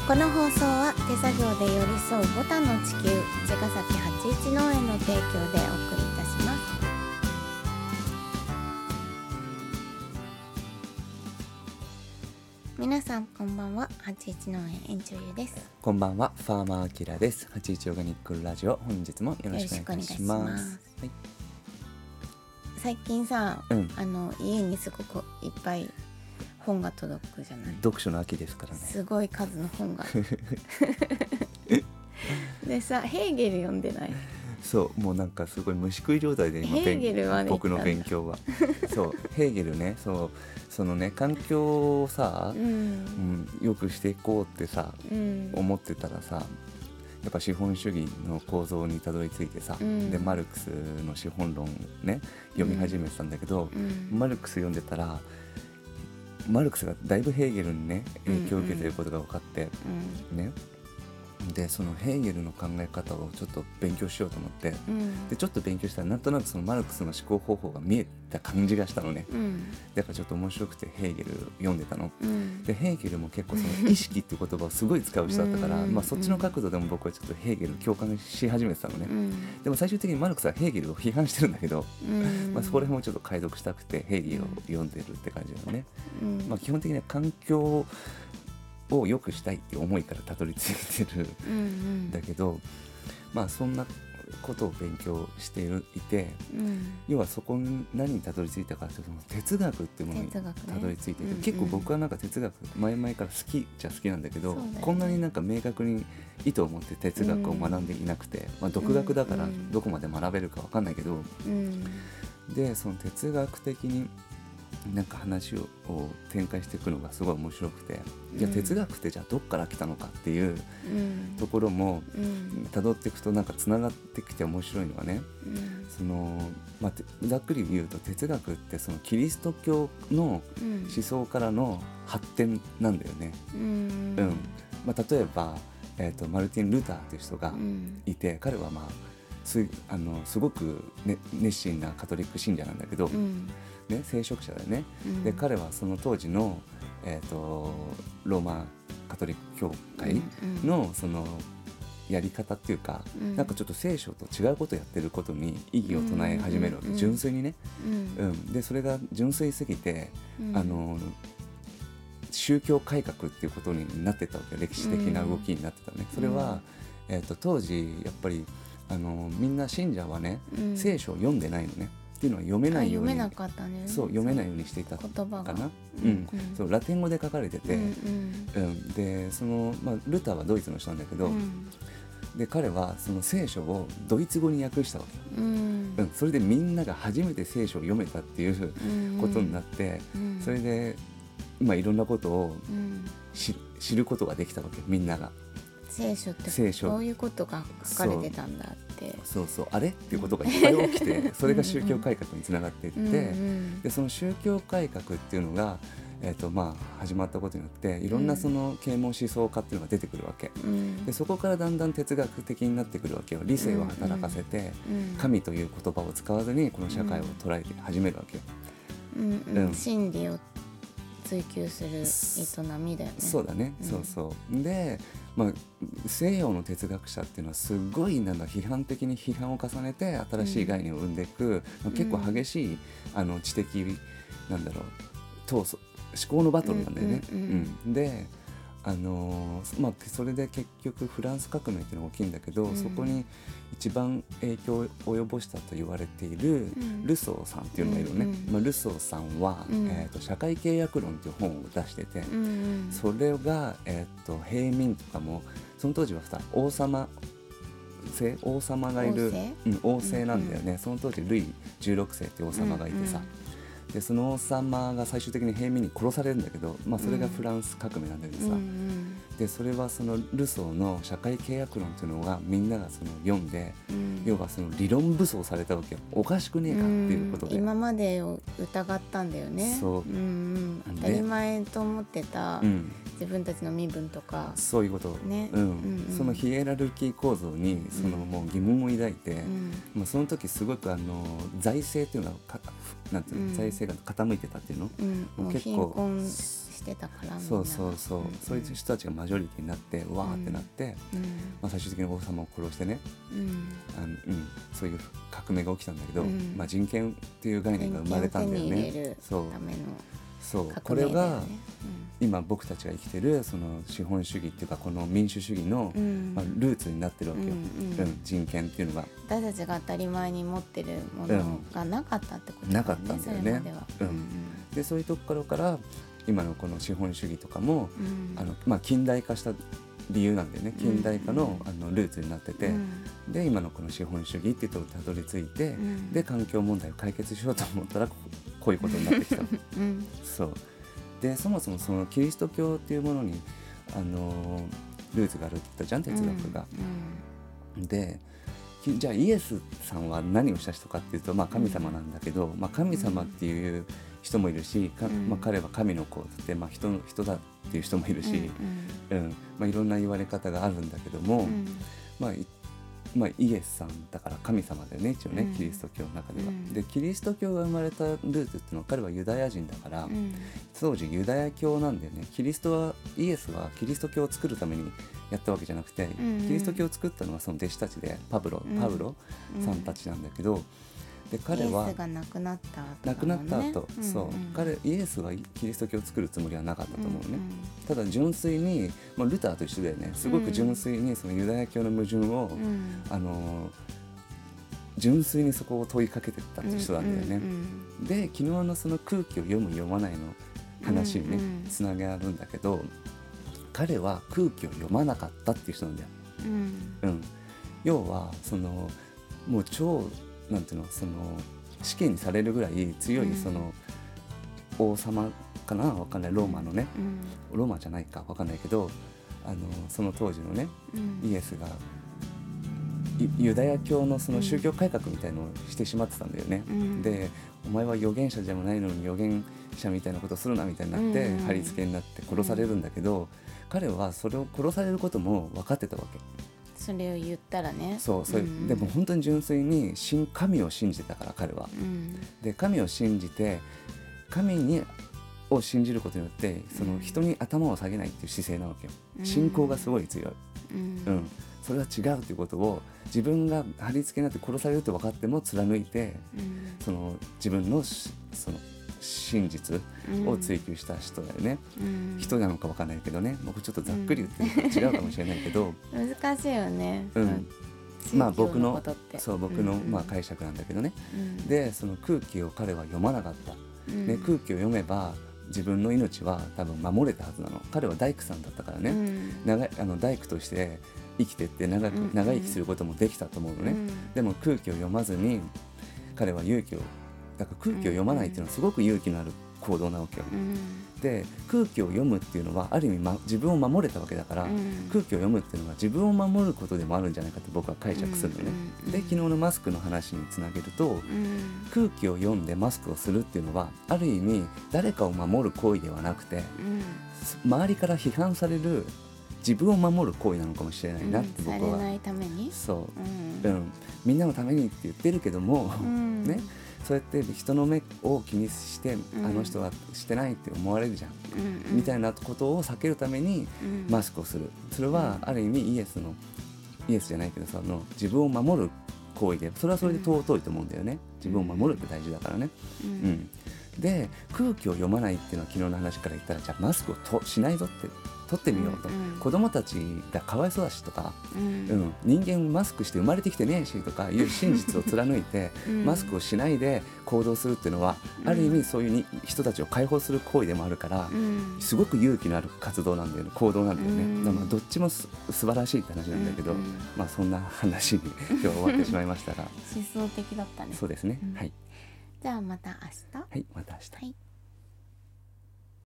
この放送は手作業で寄り添うボタンの地球茅ヶ崎八一農園の提供でお送りいたします。皆さんこんばんは。八一農園園長ゆです。 こんばんは、ファーマーアキラです。八一オーガニックラジオ、本日もよろしくお願いします。はい、 最近さ、家にすごくいっぱい本が届くじゃない。 読書の秋ですからね。 すごい数の本がでさ、ヘーゲル読んでない？ そう、もうなんかすごい虫食い状態で今ヘーゲルはね、 僕の勉強はそうヘーゲルね、そのね、環境をさ、よくしていこうってさ、思ってたらさ、やっぱ資本主義の構造にたどり着いてさ、でマルクスの資本論ね読み始めてたんだけど、マルクス読んでたらマルクスがだいぶヘーゲルにね影響を受けていることが分かって、ね、でそのヘーゲルの考え方をちょっと勉強しようと思って、でちょっと勉強したらなんとなくそのマルクスの思考方法が見えた感じがしたのね、だからちょっと面白くてヘーゲル読んでたの、でヘーゲルも結構その意識っていう言葉をすごい使う人だったから、そっちの角度でも僕はちょっとヘーゲル共感し始めてたのね、でも最終的にマルクスはヘーゲルを批判してるんだけど、そこら辺もちょっと解読したくてヘーゲルを読んでるって感じだよね、基本的には環境を良くしたいっていう思いからたどり着いてるんだけど、そんなことを勉強していて、要はそこに何にたどり着いたかというと哲学っていうものにたどり着いてて、結構僕はなんか哲学前々から好きっちゃ好きなんだけど、こんなになんか明確に意図を持って哲学を学んでいなくて、独学だからどこまで学べるか分かんないけど、でその哲学的になんか話を展開していくのがすごい面白くて、じゃあ哲学ってじゃあどっから来たのかっていうところも辿っていくとなんかつながってきて面白いのはね、ざっくり言うと哲学ってそのキリスト教の思想からの発展なんだよね。例えば、マルティン・ルターという人がいて、彼はすごく、熱心なカトリック信者なんだけど、聖職者だよね、で彼はその当時の、ローマカトリック教会のそのやり方っていうか、なんかちょっと聖書と違うことをやってることに異議を唱え始めるわけ、純粋にね、でそれが純粋すぎて、宗教改革っていうことになってたわけ、歴史的な動きになってたね。それは、当時やっぱりみんな信者はね、聖書を読んでないのね。っていうのは読めないように、 読めなかったね。 そう読めないようにしていたかな、そうラテン語で書かれてて、でルターはドイツの人なんだけど、で彼はその聖書をドイツ語に訳したわけ、それでみんなが初めて聖書を読めたっていうことになって、それで今いろんなことを知ることができたわけ、みんなが。 聖書ってこういうことが書かれてたんだって、 そうあれっていうことがいっぱい起きてそれが宗教改革につながっていって、でその宗教改革っていうのが、始まったことによっていろんなその啓蒙思想家っていうのが出てくるわけ、でそこからだんだん哲学的になってくるわけよ。理性を働かせて、神という言葉を使わずにこの社会を捉えて始めるわけよ、 真理を追求する営みだよね。 そうだね、で、西洋の哲学者っていうのはすごい批判的に批判を重ねて新しい概念を生んでいく、結構激しい知的闘争、思考のバトルなんだよね。でそれで結局フランス革命っていうのが大きいんだけど、そこに一番影響を及ぼしたと言われているルソーさんっていうのがいるのね、ルソーさんは、社会契約論っていう本を出してて、それが、平民とかもその当時は王様がいる王政なんだよね、その当時ルイ16世っていう王様がいてさ、でその王様が最終的に平民に殺されるんだけど、それがフランス革命なんだけどさ、でそれはそのルソーの社会契約論っていうのがみんなが読んで、要はその理論武装されたわけよ。おかしくねえかっていうことで、 今までを疑ったんだよね。当たり前と思ってた、自分たちの身分とかそういうことね、そのヒエラルキー構造にもう疑問を抱いて、その時すごく財政っていうのは財政が傾いてたっていうの、 もう貧困してたからみんなそういう人たちがマジョリティになってわーってなって、最終的に王様を殺してね、そういう革命が起きたんだけど、人権っていう概念が生まれたんだよね。そうこれが今僕たちが生きてるその資本主義っていうかこの民主主義の、ルーツになってるわけよ、人権っていうのが私たちが当たり前に持ってるものがなかったってことだよね、 なかったんだよね。でそういうところから今のこの資本主義とかも、近代化した理由なんだよね。近代化の、ルーツになってて、で今のこの資本主義っていうところにたどり着いて、で環境問題を解決しようと思ったらこういうことになってきた、そうでそもそもそのキリスト教っていうものに、ルーツがあるって言ったじゃん、哲学が、でじゃあイエスさんは何をした人かっていうと、神様なんだけど、神様っていう人もいるし、彼は神の子って、人だっていう人もいるし、いろんな言われ方があるんだけども、イエスさんだから神様だよね一応ね、キリスト教の中では、でキリスト教が生まれたルーツっていうのは彼はユダヤ人だから、当時ユダヤ教なんだよね。イエスはキリスト教を作るためにやったわけじゃなくて、キリスト教を作ったのはその弟子たちでパウロさんたちなんだけど、で彼はイエスが亡くなった後、 亡くなった後、イエスはキリスト教を作るつもりはなかったと思うね、ただ純粋に、ルターと一緒だよね。すごく純粋にそのユダヤ教の矛盾を、純粋にそこを問いかけてったって人なんだよね、で昨日のその空気を読む読まないの話にね、つながるんだけど、彼は空気を読まなかったっていう人なんだよ、要はそのもう超なんていうの、その死刑にされるぐらい強いその王様かな、わかんない、ローマのね、ローマじゃないかわかんないけど、その当時のね、イエスがユダヤ教のその宗教改革みたいのをしてしまってたんだよね、でお前は預言者でもないのに預言者みたいなことするなみたいになって、貼り付けになって殺されるんだけど、彼はそれを殺されることも分かってたわけ。 それを言ったらね、 でも本当に純粋に神を信じてたから彼は、で神を信じてを信じることによってその人に頭を下げないっていう姿勢なわけよ。信仰がすごい強い、それは違うということを自分が貼り付けになって殺されると分かっても貫いて、その自分のその真実を追求した人だよね、人なのか分かんないけどね、僕ちょっとざっくり言って違うかもしれないけど難しいよね、 僕の解釈なんだけどね、でその空気を彼は読まなかった、空気を読めば自分の命は多分守れたはずなの。彼は大工さんだったからね、大工として生きてって長生きすることもできたと思うのね、でも空気を読まずに彼はだから空気を読まないっていうのはすごく勇気のある行動なわけよ、で空気を読むっていうのはある意味、自分を守れたわけだから、空気を読むっていうのは自分を守ることでもあるんじゃないかって僕は解釈するのね、で昨日のマスクの話につなげると、空気を読んでマスクをするっていうのはある意味誰かを守る行為ではなくて、周りから批判される自分を守る行為なのかもしれないなって僕は、 されないために、 みんなのためにって言ってるけども、ね、そうやって人の目を気にして、あの人はしてないって思われるじゃん、みたいなことを避けるためにマスクをする。それはある意味イエスじゃないけど自分を守る行為で、それはそれで尊いと思うんだよね。自分を守るって大事だからね、で空気を読まないっていうのは昨日の話から言ったら、じゃあマスクをしないぞって取ってみようと、子供たちがかわいそうだしとか、人間マスクして生まれてきてねえしとかいう真実を貫いてマスクをしないで行動するっていうのは、ある意味そういう人たちを解放する行為でもあるから、すごく勇気のある活動なんだよね、行動なんだよね、だからどっちも素晴らしいって話なんだけど、そんな話に今日は終わってしまいましたが思想的だったね。 そうですね、はい、 じゃあまた明日。 はい、また明日。 はい。